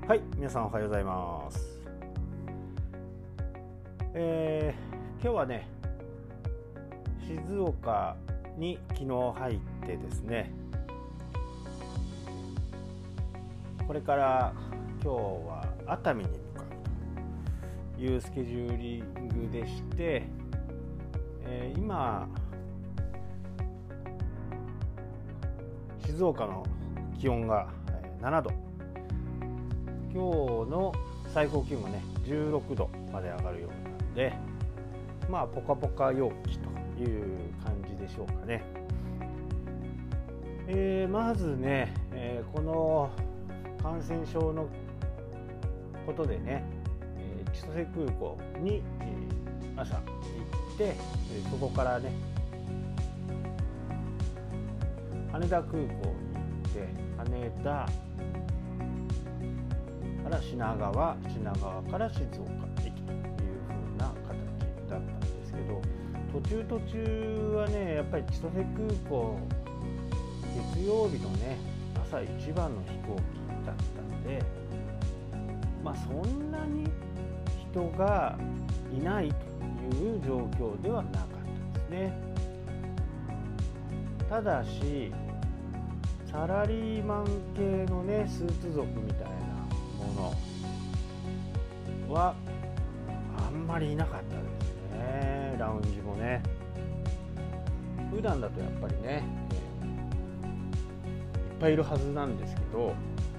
はい、皆さんおはようございます。今日はね、静岡に昨日入ってですね、これから今日は熱海に向かうというスケジューリングでして、今静岡の気温が7度、今日の最高気温がね16度まで上がるようなので、ポカポカ陽気という感じでしょうかね。まずね、この感染症のことでね、千歳空港に、朝行って、そこからね羽田空港に行って、羽田から品川から静岡駅という風な形だったんですけど、途中はねやっぱり千歳空港月曜日のね朝一番の飛行機だったので、そんなに人がいないという状況ではなかったですね。ただしサラリーマン系のねスーツ族みたいなものはあんまりいなかったですね。ラウンジもね、普段だとやっぱりね、いっぱいいるはずなんですけど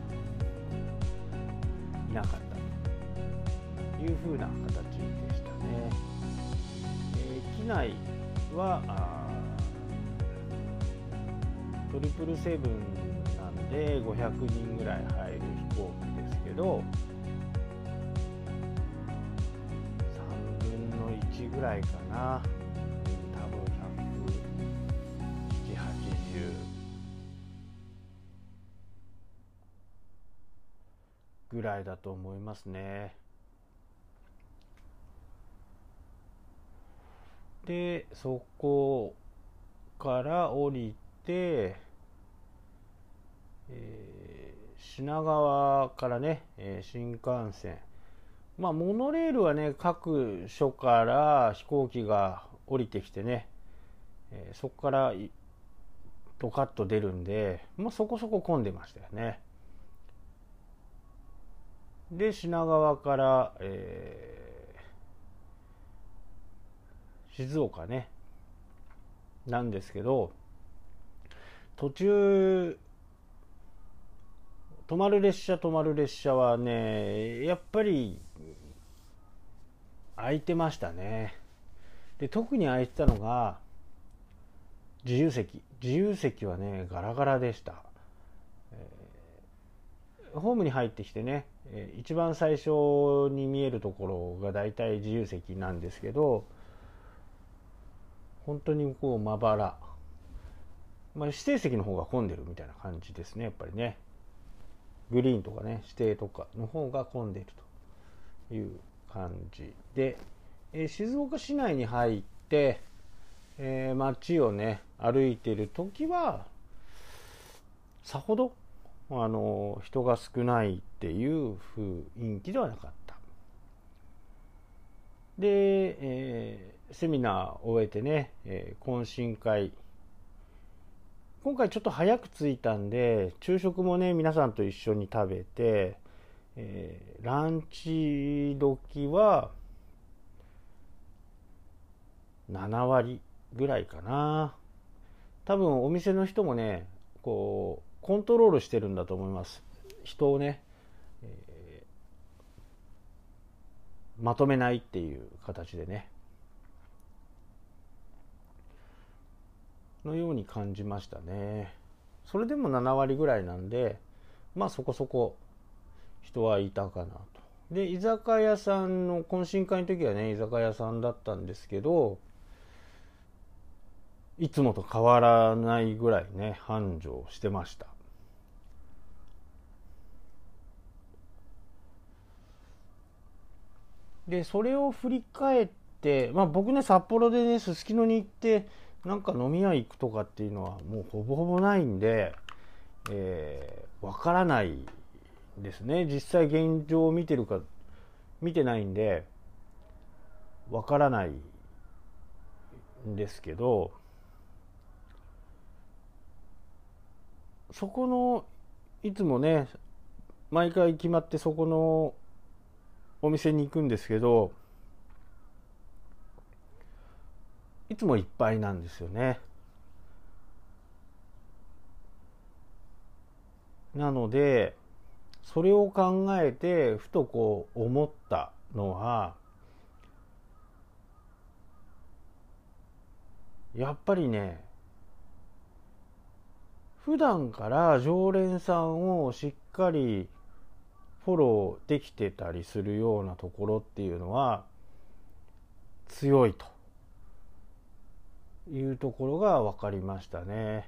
いなかったという風な形でしたね。機内は777なんで500人ぐらい入る飛行機ですけど、3分の1ぐらいかな、多分170、80ぐらいだと思いますね。でそこから降りて、品川からね、新幹線、モノレールはね各所から飛行機が降りてきてね、そこからドカッと出るんで、そこそこ混んでましたよね。で品川から、静岡ねなんですけど、途中止まる列車はねやっぱり空いてましたね。で特に空いてたのが自由席はねガラガラでした。ホームに入ってきてね、一番最初に見えるところがだいたい自由席なんですけど、本当にこうまばら、指定席の方が混んでるみたいな感じですね。やっぱりねグリーンとかね指定とかの方が混んでいるという感じで、静岡市内に入って、街をね歩いている時はさほど人が少ないっていう雰囲気ではなかった。で、セミナーを終えてね、懇親会、今回ちょっと早く着いたんで昼食もね皆さんと一緒に食べて、ランチ時は7割ぐらいかな。多分お店の人もねこうコントロールしてるんだと思います。人をね、まとめないっていう形でねのように感じましたね。それでも7割ぐらいなんで、そこそこ人はいたかなと。で居酒屋さんの懇親会の時はね居酒屋さんだったんですけど、いつもと変わらないぐらいね繁盛してました。でそれを振り返って、僕ね札幌でねすすきのに行ってなんか飲み屋行くとかっていうのはもうほぼほぼないんで、わからないんですね。実際現状を見てるか見てないんでわからないんですけど、そこのいつもね毎回決まってそこのお店に行くんですけど、いつもいっぱいなんですよね。なのでそれを考えてふとこう思ったのは、やっぱりね、普段から常連さんをしっかりフォローできてたりするようなところっていうのは強いというところが分かりましたね。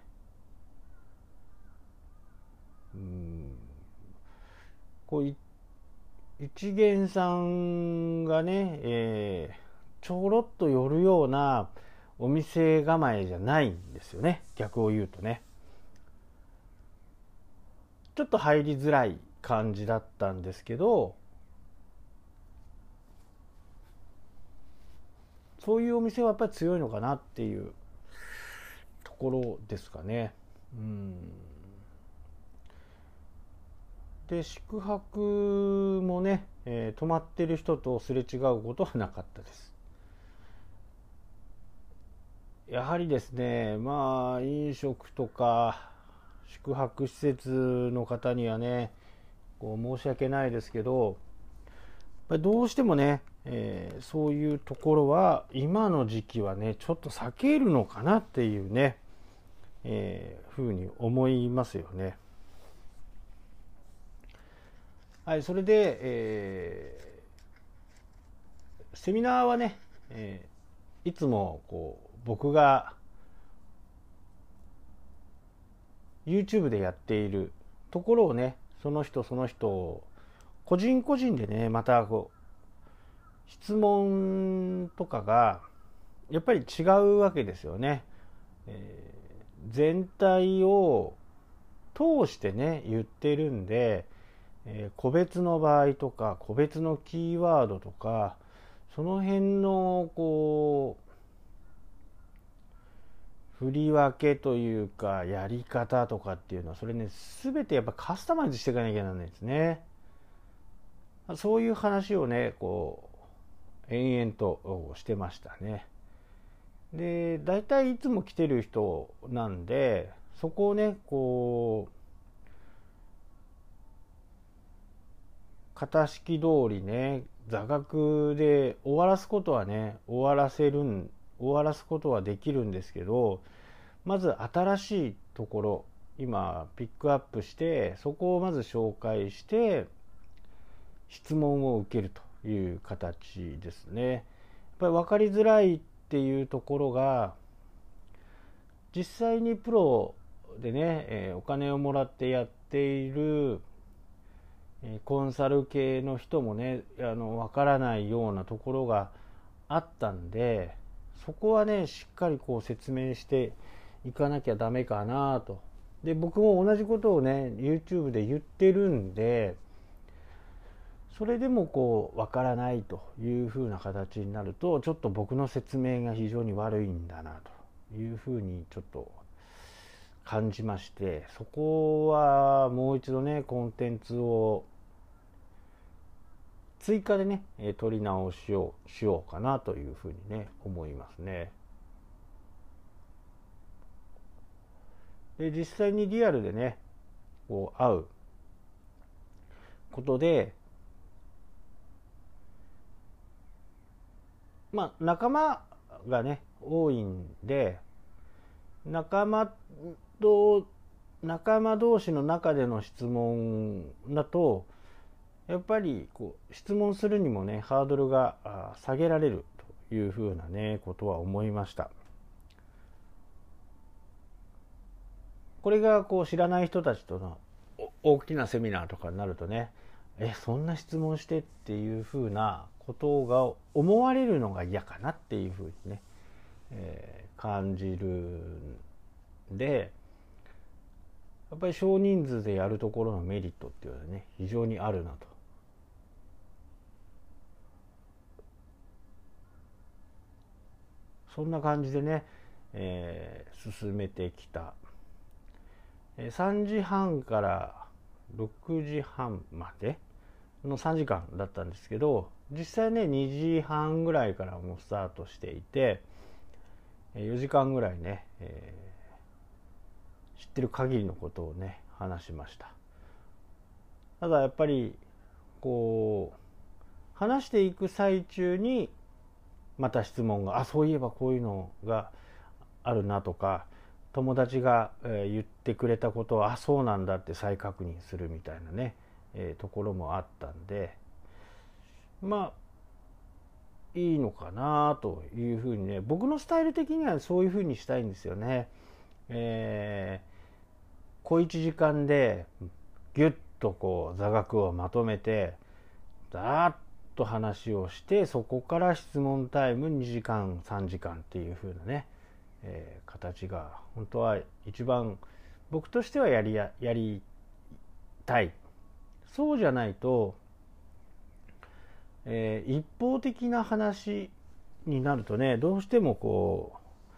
こう一元さんがね、ちょろっと寄るようなお店構えじゃないんですよね。逆を言うとね、ちょっと入りづらい感じだったんですけど、そういうお店はやっぱり強いのかなっていうところですかね。で宿泊もね、泊まってる人とすれ違うことはなかったです。やはりですね、まあ飲食とか宿泊施設の方にはねこう申し訳ないですけど、どうしてもね、そういうところは今の時期はねちょっと避けるのかなっていうね、ふうに思いますよね。はい、それで、セミナーはね、いつもこう僕が YouTube でやっているところをね、その人その人個人個人でね、またこう質問とかがやっぱり違うわけですよね。全体を通してね言ってるんで、個別の場合とか個別のキーワードとかその辺のこう振り分けというかやり方とかっていうのはそれね全てやっぱカスタマイズしていかなきゃいけないんですね。そういう話をねこう延々としてましたね。で大体いつも来てる人なんで、そこをねこう型式通りね座学で終わらすことはね終わらすことはできるんですけど、まず新しいところ今ピックアップしてそこをまず紹介して質問を受けるという形ですね。やっぱり分かりづらいっていうところが実際にプロでね、お金をもらってやっているコンサル系の人もね分からないようなところがあったんで、そこはねしっかりこう説明していかなきゃダメかなと。で僕も同じことをね YouTube で言ってるんで、それでもこう分からないという風な形になるとちょっと僕の説明が非常に悪いんだなという風にちょっと感じまして、そこはもう一度ねコンテンツを追加でね取り直しをしようかなというふうにね思いますね。で実際にリアルでねこう会うことで、まあ仲間がね多いんで、仲間同士の中での質問だとやっぱりこう質問するにもねハードルが下げられるというふうなねことは思いました。これがこう知らない人たちとの大きなセミナーとかになるとね、そんな質問してっていうふうなことが思われるのが嫌かなっていうふうにね、感じるんで、 やっぱり少人数でやるところのメリットっていうのはね非常にあるなと。そんな感じでね、進めてきた。3時半から6時半までの3時間だったんですけど、実際ね2時半ぐらいからもうスタートしていて、4時間ぐらいね、知ってる限りのことをね話しました。ただやっぱりこう話していく最中にまた質問が、そういえばこういうのがあるなとか、友達が言ってくれたことをそうなんだって再確認するみたいなね、ところもあったんで、まあいいのかなというふうにね、僕のスタイル的にはそういうふうにしたいんですよね。小1時間でギュッとこう座学をまとめてざーっと話をして、そこから質問タイム2時間3時間っていう風なね、形が本当は一番僕としてはやりたい。そうじゃないと、一方的な話になるとね、どうしてもこう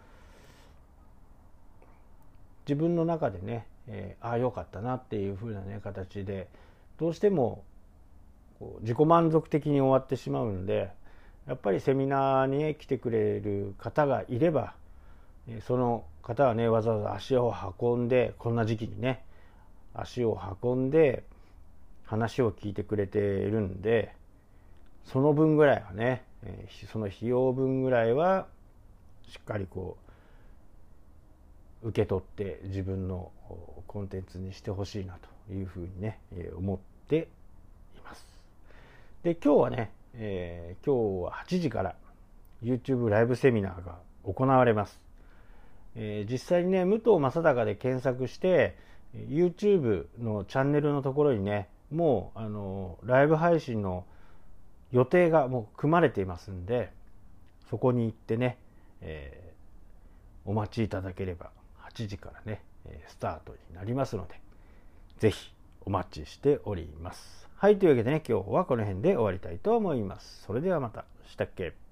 自分の中でね、良かったなっていう風なね形でどうしても自己満足的に終わってしまうので、やっぱりセミナーに、ね、来てくれる方がいれば、その方はねわざわざ足を運んで、こんな時期にね足を運んで話を聞いてくれているんで、その分ぐらいはね、その費用分ぐらいはしっかりこう受け取って自分のコンテンツにしてほしいなというふうにね思っています。で今日はね、今日は8時から YouTube ライブセミナーが行われます。実際にね武藤正孝で検索して YouTube のチャンネルのところにね、もうライブ配信の予定がもう組まれていますんで、そこに行ってね、お待ちいただければ8時からねスタートになりますので、ぜひお待ちしております。はい、というわけでね今日はこの辺で終わりたいと思います。それではまた。したっけ。